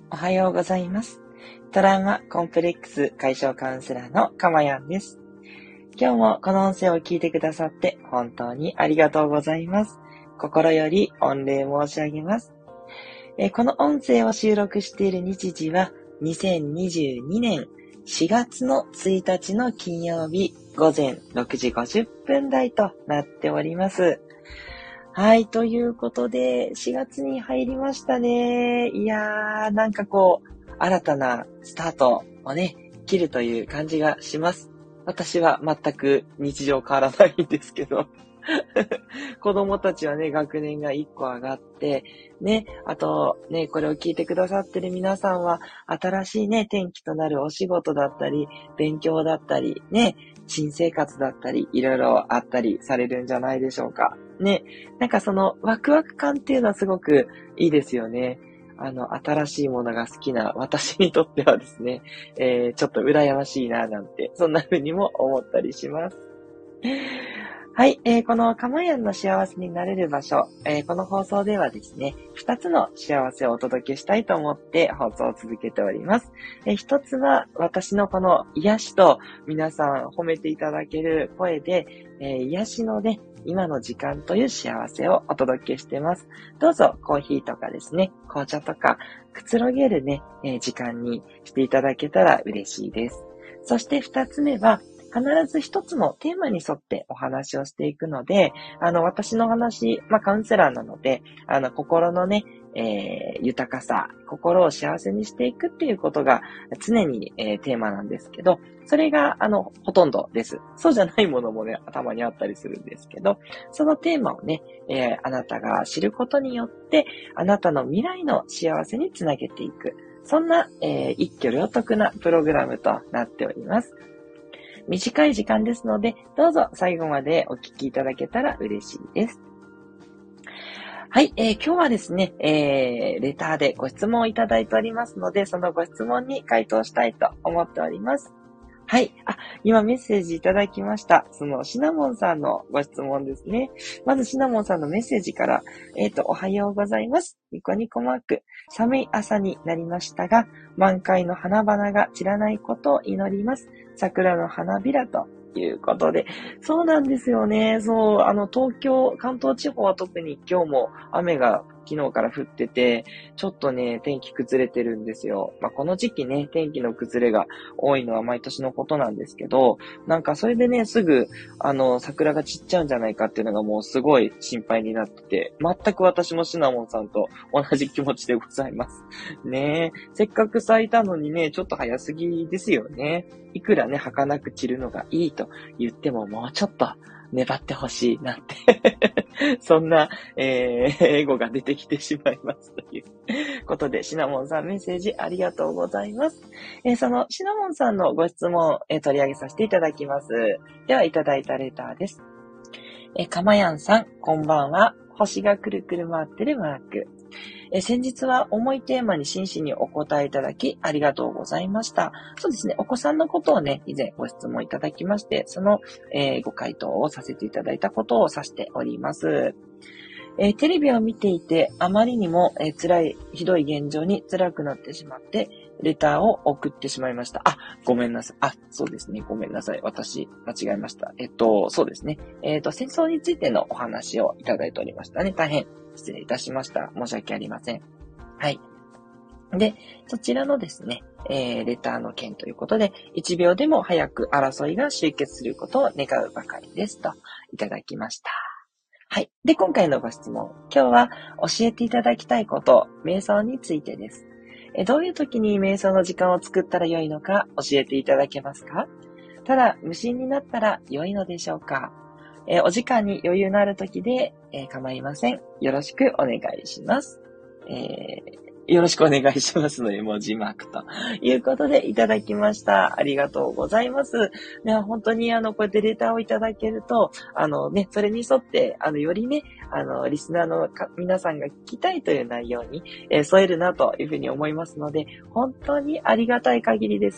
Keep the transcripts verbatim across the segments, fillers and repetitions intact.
おはようございます。トラウマコンプレックス解消カウンセラーのかまやんです。今日もこの音声を聞いてくださって本当にありがとうございます。心より御礼申し上げます。えこの音声を収録している日時はにせんにじゅうにねんしがつのついたちの金曜日ごぜんろくじごじゅっぷん台となっております。はい、ということで、しがつに入りましたね。いやー、なんかこう、新たなスタートをね、切るという感じがします。私は全く日常変わらないんですけど。子供たちはね、学年がいっこ上がって、ね、あとね、これを聞いてくださってる皆さんは、新しいね、転機となるお仕事だったり、勉強だったり、ね、新生活だったり、いろいろあったりされるんじゃないでしょうか。ね、なんかそのワクワク感っていうのはすごくいいですよね。あの、新しいものが好きな私にとってはですね、えー、ちょっと羨ましいななんて、そんな風にも思ったりします。はい、えー、このかまやんの幸せになれる場所、えー、この放送ではですね、二つの幸せをお届けしたいと思って放送を続けております。えー、一つは私のこの癒しと皆さん褒めていただける声で、えー、癒しのね、今の時間という幸せをお届けしています。どうぞコーヒーとかですね、紅茶とかくつろげるね、えー、時間にしていただけたら嬉しいです。そして二つ目は、必ず一つのテーマに沿ってお話をしていくので、あの、私の話、まあ、カウンセラーなので、あの、心のね、えー、豊かさ、心を幸せにしていくっていうことが常に、えー、テーマなんですけど、それが、あの、ほとんどです。そうじゃないものもね、頭にあったりするんですけど、そのテーマをね、えー、あなたが知ることによって、あなたの未来の幸せにつなげていく。そんな、えー、一挙両得なプログラムとなっております。短い時間ですので、どうぞ最後までお聞きいただけたら嬉しいです。はい、えー、今日はですね、えー、レターでご質問をいただいておりますので、そのご質問に回答したいと思っております。はい。あ、今メッセージいただきました。そのシナモンさんのご質問ですね。まずシナモンさんのメッセージから、えっと、おはようございます。ニコニコマーク。寒い朝になりましたが、満開の花々が散らないことを祈ります。桜の花びらということで。そうなんですよね。そう、あの、東京、関東地方は特に今日も雨が昨日から降ってて、ちょっとね、天気崩れてるんですよ。まあ、この時期ね、天気の崩れが多いのは毎年のことなんですけど、なんかそれでね、すぐ、あの、桜が散っちゃうんじゃないかっていうのがもうすごい心配になってて、全く私もシナモンさんと同じ気持ちでございます。ねえ、せっかく咲いたのにね、ちょっと早すぎですよね。いくらね、儚く散るのがいいと言ってももうちょっと、粘ってほしいなんてそんな、えー、英語が出てきてしまいますということで、シナモンさんメッセージありがとうございます。えー、そのシナモンさんのご質問、えー、取り上げさせていただきます。では、いただいたレターです。えー、かまやんさん、こんばんは。星がくるくる回ってるマーク。え先日は重いテーマに真摯にお答えいただきありがとうございました。そうですね、お子さんのことをね、以前ご質問いただきまして、その、えー、ご回答をさせていただいたことを指しております。えー、テレビを見ていて、あまりにも、えー、辛い、ひどい現状に辛くなってしまって、レターを送ってしまいました。あ、ごめんなさい。あ、そうですね。ごめんなさい。私、間違えました。えっと、そうですね。えっと、戦争についてのお話をいただいておりましたね。大変失礼いたしました。申し訳ありません。はい。で、そちらのですね、えー、レターの件ということで、いちびょうでも早く争いが終結することを願うばかりですと、いただきました。はい。で、今回のご質問。今日は教えていただきたいこと、瞑想についてです。えどういう時に瞑想の時間を作ったら良いのか教えていただけますか？ただ、無心になったら良いのでしょうか？えお時間に余裕のある時で、えー、構いません。よろしくお願いします。えーよろしくお願いしますの絵文字マークということでいただきました。ありがとうございます。ね、本当にあの、こうやってレターをいただけると、あのね、それに沿って、あの、よりね、あの、リスナーの皆さんが聞きたいという内容に、えー、添えるなというふうに思いますので、本当にありがたい限りです。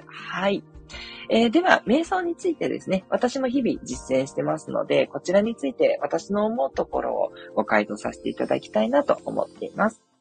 はい。えー、では、瞑想についてですね、私も日々実践してますので、こちらについて私の思うところをご回答させていただきたいなと思っています。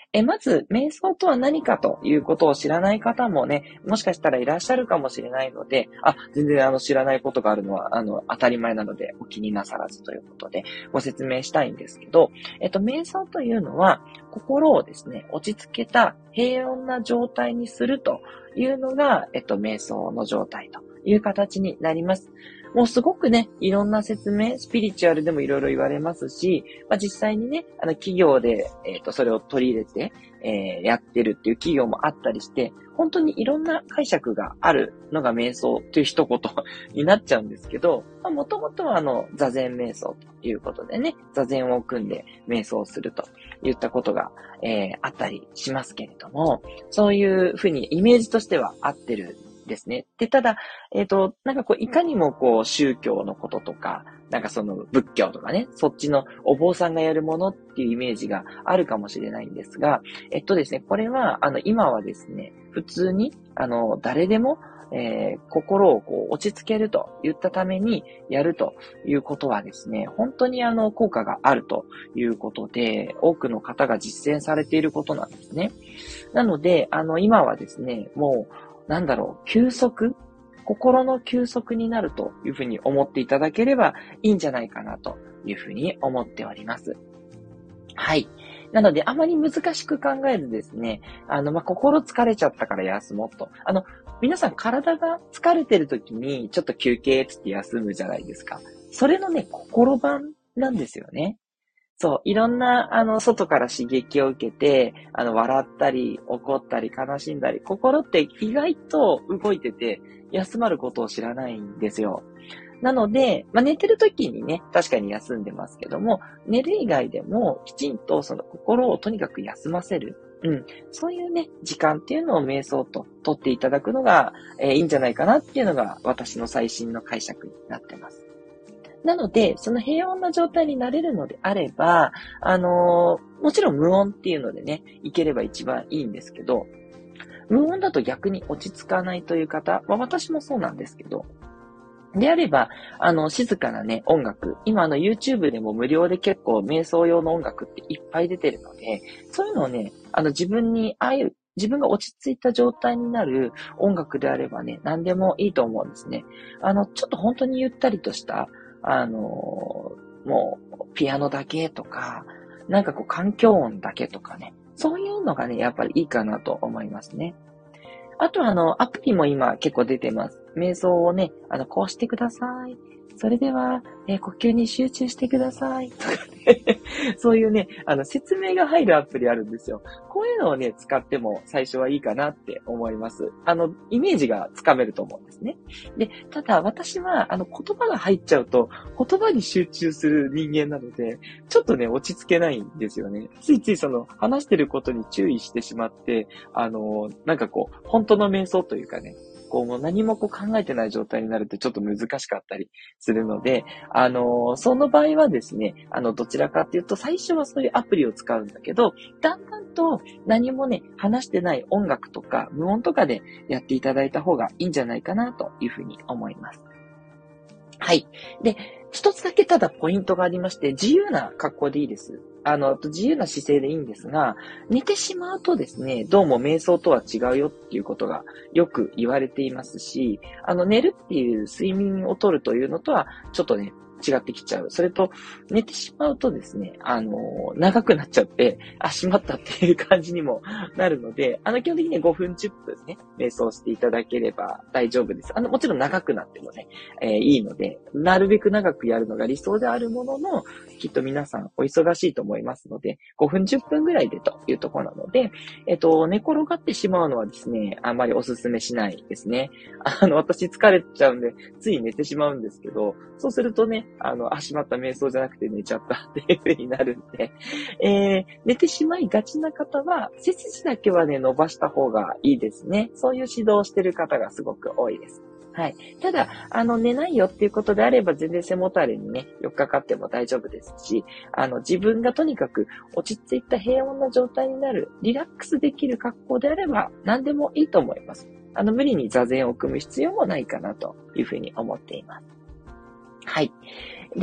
え、まず、瞑想とは何かということを知らない方もね、もしかしたらいらっしゃるかもしれないので、あ、全然あの知らないことがあるのは、あの、当たり前なので、お気になさらずということで、ご説明したいんですけど、えっと、瞑想というのは、心をですね、落ち着けた平穏な状態にするというのが、えっと、瞑想の状態という形になります。もうすごくね、いろんな説明、スピリチュアルでもいろいろ言われますし、まあ、実際にね、あの企業で、えっと、それを取り入れて、えー、やってるっていう企業もあったりして、本当にいろんな解釈があるのが瞑想という一言になっちゃうんですけど、まあ、もともとはあの、座禅瞑想ということでね、座禅を組んで瞑想するといったことが、えー、あったりしますけれども、そういうふうにイメージとしては合ってるですね。で、ただ、えっと、なんかこう、いかにもこう、宗教のこととか、なんかその仏教とかね、そっちのお坊さんがやるものっていうイメージがあるかもしれないんですが、えっとですね、これは、あの、今はですね、普通に、あの、誰でも、えー、心をこう落ち着けると言ったためにやるということはですね、本当にあの効果があるということで、多くの方が実践されていることなんですね。なので、あの今はですね、もうなんだろう、休息、心の休息になるというふうに思っていただければいいんじゃないかなというふうに思っております。はい。なので、あまり難しく考えずですね、あの、まあ、心疲れちゃったから休もうと。あの、皆さん体が疲れてる時にちょっと休憩つって休むじゃないですか。それのね、心版なんですよね。そう、いろんな、あの、外から刺激を受けて、あの、笑ったり、怒ったり、悲しんだり、心って意外と動いてて、休まることを知らないんですよ。なので、まあ、寝てる時にね、確かに休んでますけども、寝る以外でもきちんとその心をとにかく休ませる。うん。そういうね、時間っていうのを瞑想と取っていただくのが、えー、いいんじゃないかなっていうのが私の最新の解釈になってます。なので、その平穏な状態になれるのであれば、あのー、もちろん無音っていうのでね、いければ一番いいんですけど、無音だと逆に落ち着かないという方、まあ私もそうなんですけど、であれば、あの、静かなね、音楽。今、あの、YouTube でも無料で結構瞑想用の音楽っていっぱい出てるので、そういうのをね、あの、自分に合う、自分が落ち着いた状態になる音楽であればね、何でもいいと思うんですね。あの、ちょっと本当にゆったりとした、あの、もう、ピアノだけとか、なんかこう、環境音だけとかね、そういうのがね、やっぱりいいかなと思いますね。あとは、あの、アプリも今結構出てます。瞑想をね、あの、こうしてください。それでは、えー呼吸に集中してください。とかね、そういうね、あの、説明が入るアプリあるんですよ。こういうのをね、使っても最初はいいかなって思います。あの、イメージがつかめると思うんですね。で、ただ私は、あの、言葉が入っちゃうと、言葉に集中する人間なので、ちょっとね、落ち着けないんですよね。ついついその、話してることに注意してしまって、あの、なんかこう、本当の瞑想というかね、こうもう何もこう考えてない状態になるとちょっと難しかったりするので、あの、その場合はですね、あの、どちらかっていうと、最初はそういうアプリを使うんだけど、だんだんと何もね、話してない音楽とか無音とかでやっていただいた方がいいんじゃないかなというふうに思います。はい。で、一つだけただポイントがありまして、自由な格好でいいです。あの、自由な姿勢でいいんですが、寝てしまうとですね、どうも瞑想とは違うよっていうことがよく言われていますし、あの、寝るっていう睡眠をとるというのとは、ちょっとね、違ってきちゃう。それと、寝てしまうとですね、あの、長くなっちゃって、あ、しまったっていう感じにもなるので、あの、基本的にごふんじゅっぷんね、瞑想していただければ大丈夫です。あの、もちろん長くなってもね、えーいいので、なるべく長くやるのが理想であるものの、きっと皆さんお忙しいと思いますので、ごふんじゅっぷんぐらいでというところなので、えっと、寝転がってしまうのはですね、あんまりお勧めしないですね。あの、私疲れちゃうんで、つい寝てしまうんですけど、そうするとね、あの、あ、しまった瞑想じゃなくて寝ちゃったっていう風になるんで、えー、寝てしまいがちな方は、背筋だけはね、伸ばした方がいいですね。そういう指導をしている方がすごく多いです。はい。ただ、あの、寝ないよっていうことであれば、全然背もたれにね、寄っかかっても大丈夫ですし、あの、自分がとにかく落ち着いた平穏な状態になる、リラックスできる格好であれば、何でもいいと思います。あの、無理に座禅を組む必要もないかなというふうに思っています。はい。で、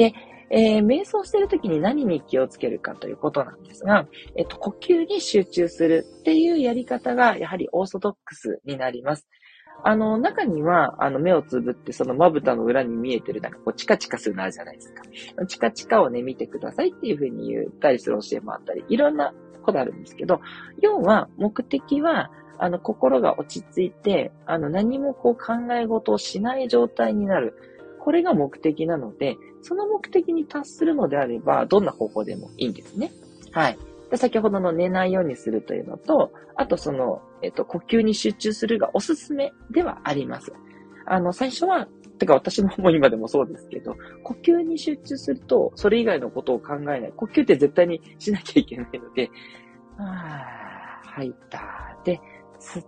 えー、瞑想しているときに何に気をつけるかということなんですが、えっと、呼吸に集中するっていうやり方がやはりオーソドックスになります。あの、中には、あの、目をつぶって、そのまぶたの裏に見えてる、なんかこう、チカチカするのあるじゃないですか。チカチカをね、見てくださいっていうふうに言ったりする教えもあったり、いろんなことあるんですけど、要は、目的は、あの、心が落ち着いて、あの、何もこう、考え事をしない状態になる。これが目的なので、その目的に達するのであれば、どんな方法でもいいんですね。はい。で、先ほどの寝ないようにするというのと、あとその、えっと、呼吸に集中するがおすすめではあります。あの、最初は、てか私ももう今でもそうですけど、呼吸に集中すると、それ以外のことを考えない。呼吸って絶対にしなきゃいけないので、あー、吐いた。で、吸って、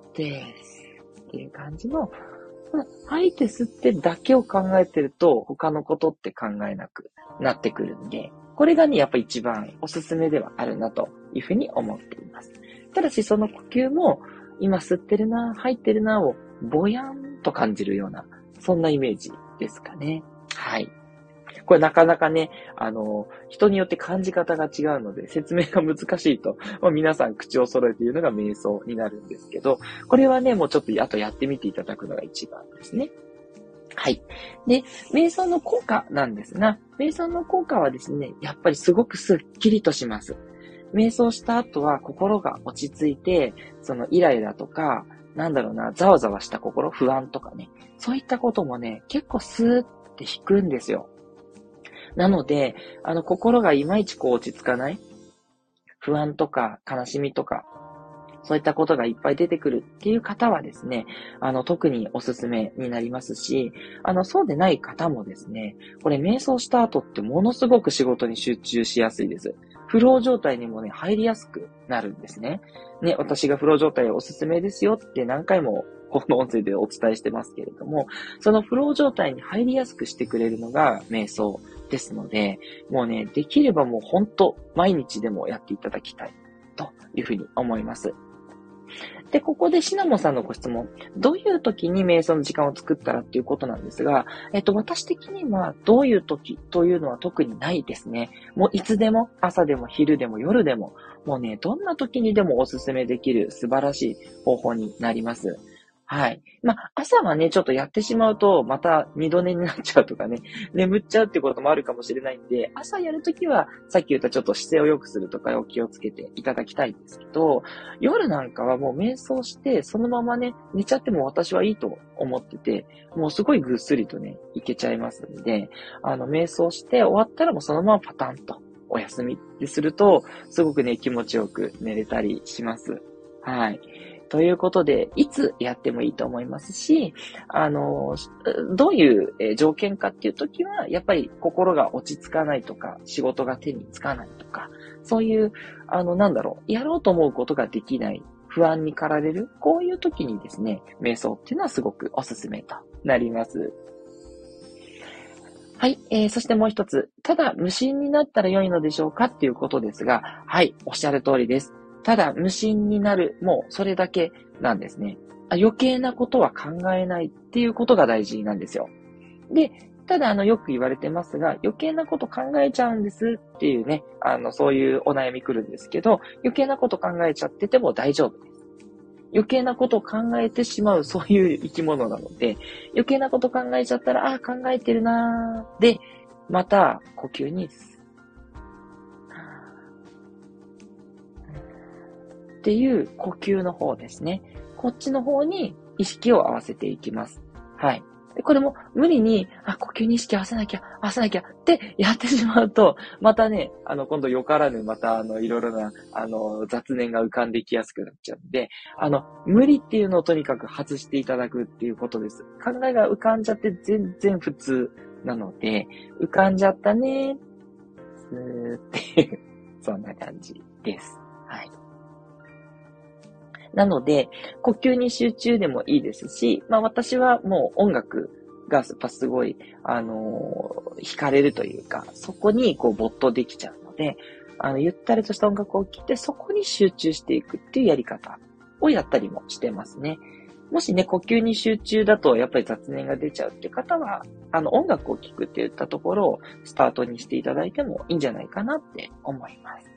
っていう感じの、吐いて吸ってだけを考えてると、他のことって考えなくなってくるんで、これがね、やっぱ一番おすすめではあるなというふうに思っています。ただし、その呼吸も、今吸ってるな、吐いてるなを、ぼやんと感じるような、そんなイメージですかね。はい。これなかなかね、あの、人によって感じ方が違うので、説明が難しいと、まあ、皆さん口を揃えて言うのが瞑想になるんですけど、これはね、もうちょっとあとやってみていただくのが一番ですね。はい。で、瞑想の効果なんですが、瞑想の効果はですね、やっぱりすごくスッキリとします。瞑想した後は心が落ち着いて、そのイライラとか、なんだろうな、ざわざわした心、不安とかね、そういったこともね、結構スーって引くんですよ。なので、あの、心がいまいちこう落ち着かない、不安とか悲しみとか、そういったことがいっぱい出てくるっていう方はですね、あの、特におすすめになりますし、あの、そうでない方もですね、これ瞑想した後ってものすごく仕事に集中しやすいです。フロー状態にもね、入りやすくなるんですね。ね、私がフロー状態おすすめですよって何回もこの音声でお伝えしてますけれども、そのフロー状態に入りやすくしてくれるのが瞑想ですので、もうね、できればもう本当毎日でもやっていただきたいというふうに思います。で、ここでシナモンさんのご質問。どういう時に瞑想の時間を作ったらっていうことなんですが、えっと、私的にはどういう時というのは特にないですね。もういつでも、朝でも昼でも夜でも、もうね、どんな時にでもおすすめできる素晴らしい方法になります。はい。まあ、朝はね、ちょっとやってしまうと、また二度寝になっちゃうとかね、眠っちゃうっていうこともあるかもしれないんで、朝やるときは、さっき言ったちょっと姿勢を良くするとかを気をつけていただきたいんですけど、夜なんかはもう瞑想して、そのままね、寝ちゃっても私はいいと思ってて、もうすごいぐっすりとね、いけちゃいますんで、あの、瞑想して終わったらもうそのままパタンとお休みすると、すごくね、気持ちよく寝れたりします。はい。ということで、いつやってもいいと思いますし、あの、どういう条件かっていうときは、やっぱり心が落ち着かないとか、仕事が手につかないとか、そういう、あの、なんだろう、やろうと思うことができない、不安に駆られる、こういう時にですね、瞑想っていうのはすごくおすすめとなります。はい、えー、そしてもう一つ、ただ無心になったら良いのでしょうかっていうことですが、はい、おっしゃる通りです。ただ無心になる、もうそれだけなんですね。余計なことは考えないっていうことが大事なんですよ。で、ただあのよく言われてますが、余計なこと考えちゃうんですっていうね、あのそういうお悩み来るんですけど、余計なこと考えちゃってても大丈夫です。余計なことを考えてしまう、そういう生き物なので、余計なこと考えちゃったら、ああ、考えてるなーで、また呼吸にっていう呼吸の方ですね。こっちの方に意識を合わせていきます。はい。でこれも無理に、あ、呼吸に意識合わせなきゃ、合わせなきゃってやってしまうと、またね、あの、今度よからぬ、またあの、いろいろな、あの、雑念が浮かんできやすくなっちゃうんで、あの、無理っていうのをとにかく外していただくっていうことです。考えが浮かんじゃって全然普通なので、浮かんじゃったね、スーっていう、そんな感じです。はい。なので、呼吸に集中でもいいですし、まあ私はもう音楽がやっぱすごい、あのー、惹かれるというか、そこにこう没頭できちゃうので、あの、ゆったりとした音楽を聴いて、そこに集中していくっていうやり方をやったりもしてますね。 もしね、呼吸に集中だとやっぱり雑念が出ちゃうって方は、あの、音楽を聴くって言ったところをスタートにしていただいてもいいんじゃないかなって思います。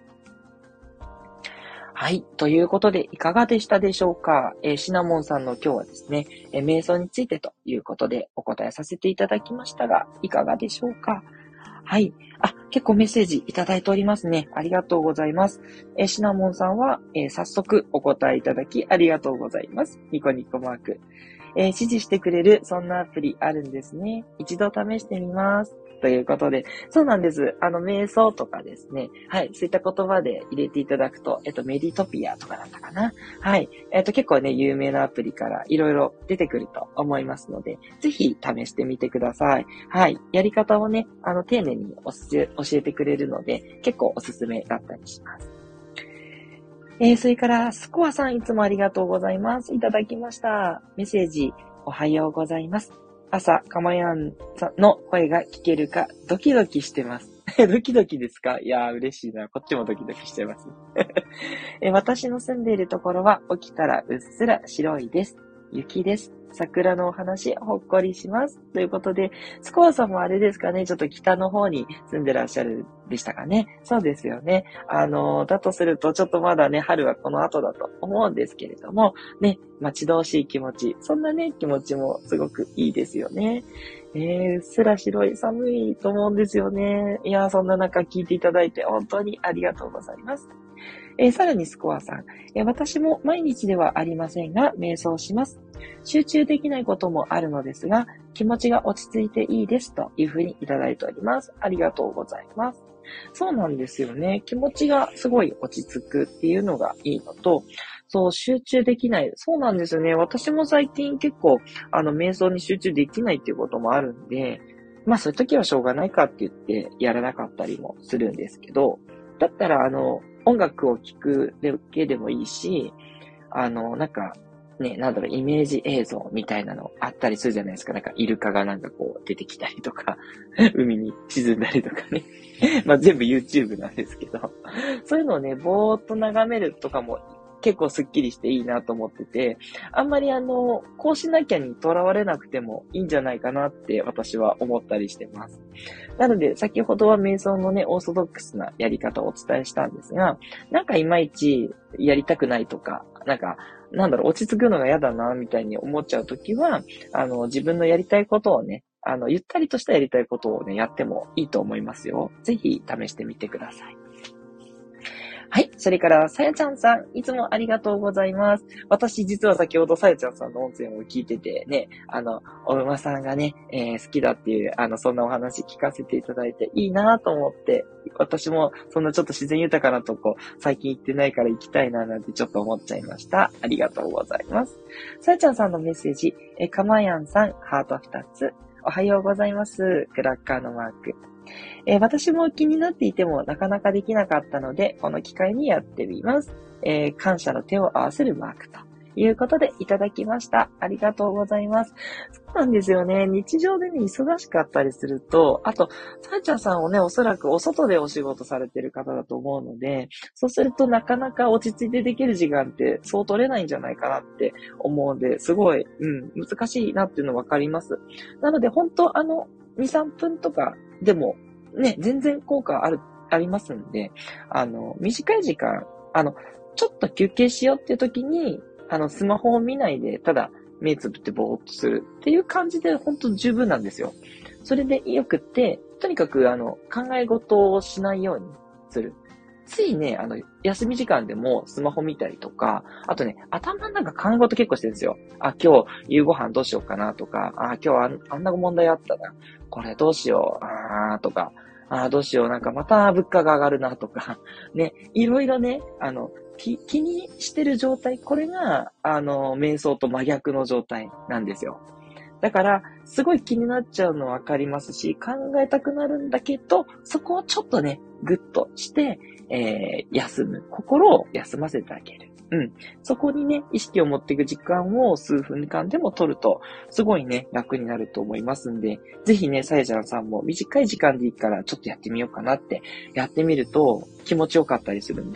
はい。ということで、いかがでしたでしょうか。えー、シナモンさんの今日はですね、えー、瞑想についてということでお答えさせていただきましたが、いかがでしょうか。はい。あ、結構メッセージいただいておりますね。ありがとうございます。えー、シナモンさんは、えー、早速お答えいただきありがとうございます。ニコニコマーク。えー、指示してくれる、そんなアプリあるんですね。一度試してみます。ということで、そうなんです。あの、瞑想とかですね。はい。そういった言葉で入れていただくと、えっと、メディトピアとかだったかな。はい。えっと、結構ね、有名なアプリからいろいろ出てくると思いますので、ぜひ試してみてください。はい。やり方をね、あの、丁寧に教え、教えてくれるので、結構おすすめだったりします。えー、それから、スコアさんいつもありがとうございます。いただきました。メッセージ、おはようございます。朝、かまやんさんの声が聞けるか、ドキドキしてます。ドキドキですか？いやー、嬉しいな。こっちもドキドキしてます。え私の住んでいるところは、起きたらうっすら白いです。雪です。桜のお話、ほっこりします。ということで、スコアさんもあれですかね、ちょっと北の方に住んでらっしゃるでしたかね。そうですよね。あの、だとすると、ちょっとまだね、春はこの後だと思うんですけれども、ね、待ち遠しい気持ち、そんなね、気持ちもすごくいいですよね。えー、うっすら白い、寒いと思うんですよね。いやー、そんな中聞いていただいて本当にありがとうございます。えー、さらにスコアさん、えー、私も毎日ではありませんが、瞑想します。集中できないこともあるのですが、気持ちが落ち着いていいですというふうにいただいております。ありがとうございます。そうなんですよね。気持ちがすごい落ち着くっていうのがいいのと、そう、集中できない。そうなんですよね。私も最近結構、あの、瞑想に集中できないっていうこともあるんで、まあそういう時はしょうがないかって言ってやらなかったりもするんですけど、だったらあの、音楽を聴くだけでもいいし、あの、なんか、ね、なんだろう、イメージ映像みたいなのあったりするじゃないですか。なんか、イルカがなんかこう出てきたりとか、海に沈んだりとかね。まあ全部 YouTube なんですけど、そういうのをね、ぼーっと眺めるとかも結構スッキリしていいなと思ってて、あんまりあの、こうしなきゃにとらわれなくてもいいんじゃないかなって私は思ったりしてます。なので、先ほどは瞑想のね、オーソドックスなやり方をお伝えしたんですが、なんかいまいちやりたくないとか、なんか、なんだろう、落ち着くのが嫌だな、みたいに思っちゃうときは、あの、自分のやりたいことをね、あの、ゆったりとしたやりたいことをね、やってもいいと思いますよ。ぜひ試してみてください。はい。それから、さやちゃんさん、いつもありがとうございます。私、実は先ほどさやちゃんさんの音声を聞いててね、あの、お馬さんがね、えー、好きだっていう、あの、そんなお話聞かせていただいていいなと思って、私もそんなちょっと自然豊かなとこ、最近行ってないから行きたいななんてちょっと思っちゃいました。ありがとうございます。さやちゃんさんのメッセージ、えー、かまやんさん、ハートふたつ、おはようございます。クラッカーのマーク。えー、私も気になっていてもなかなかできなかったので、この機会にやってみます。えー、感謝の手を合わせるマークということでいただきました。ありがとうございます。そうなんですよね。日常でね、忙しかったりすると、あと、さやちゃんさんをね、おそらくお外でお仕事されてる方だと思うので、そうするとなかなか落ち着いてできる時間ってそう取れないんじゃないかなって思うので、すごい、うん、難しいなっていうのわかります。なので、本当あの、に、さんぷんとかでも、ね、全然効果ある、ありますんで、あの、短い時間、あの、ちょっと休憩しようっていう時に、あの、スマホを見ないで、ただ、目つぶってぼーっとするっていう感じで、ほんと十分なんですよ。それでよくって、とにかく、あの、考え事をしないようにする。ついね、あの、休み時間でもスマホ見たりとか、あとね、頭の中考え事結構してるんですよ。あ、今日夕ご飯どうしようかなとか、あ、今日あんあんな問題あったな。これどうしよう、あーとか、あーどうしよう、なんかまた物価が上がるなとか、ね、いろいろね、あの、気、気にしてる状態、これが、あの、瞑想と真逆の状態なんですよ。だから、すごい気になっちゃうのわかりますし、考えたくなるんだけど、そこをちょっとね、ぐっとして、えー、休む。心を休ませてあげる。うん。そこにね、意識を持っていく時間を数分間でも取ると、すごいね、楽になると思いますんで、ぜひね、さやちゃんさんも短い時間でいいからちょっとやってみようかなって、やってみると気持ちよかったりするんで、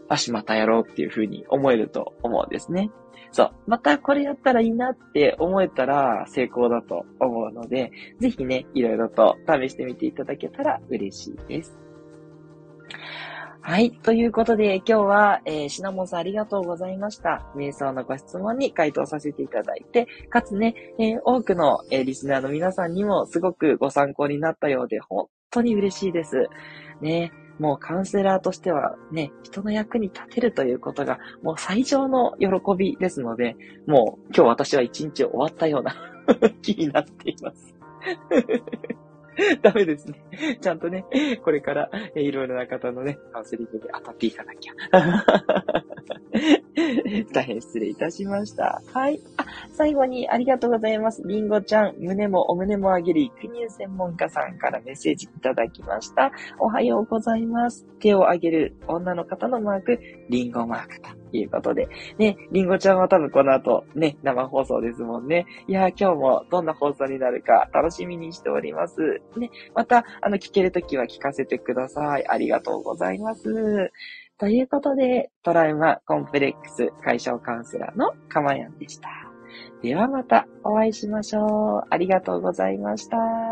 あしまたやろうっていう風に思えると思うんですね。そう。またこれやったらいいなって思えたら成功だと思うので、ぜひね、いろいろと試してみていただけたら嬉しいです。はい。ということで、今日は、えー、シナモンさんありがとうございました。瞑想のご質問に回答させていただいて、かつね、えー、多くの、えー、リスナーの皆さんにもすごくご参考になったようで、本当に嬉しいです。ね。もうカウンセラーとしてはね、人の役に立てるということが、もう最上の喜びですので、もう今日私は一日終わったような気になっています。ダメですね。ちゃんとね、これから、えいろいろな方のね、カウンセリングで当たっていかなきゃ。大変失礼いたしました。はい。あ、最後にありがとうございます。りんごちゃん、胸もお胸もあげる育乳専門家さんからメッセージいただきました。おはようございます。手を挙げる女の方のマーク、りんごマークということで。ね、りんごちゃんは多分この後、ね、生放送ですもんね。いやー、今日もどんな放送になるか楽しみにしております。ね、また、あの、聞けるときは聞かせてください。ありがとうございます。ということで、トラウマコンプレックス解消カウンセラーのかまやんでした。ではまたお会いしましょう。ありがとうございました。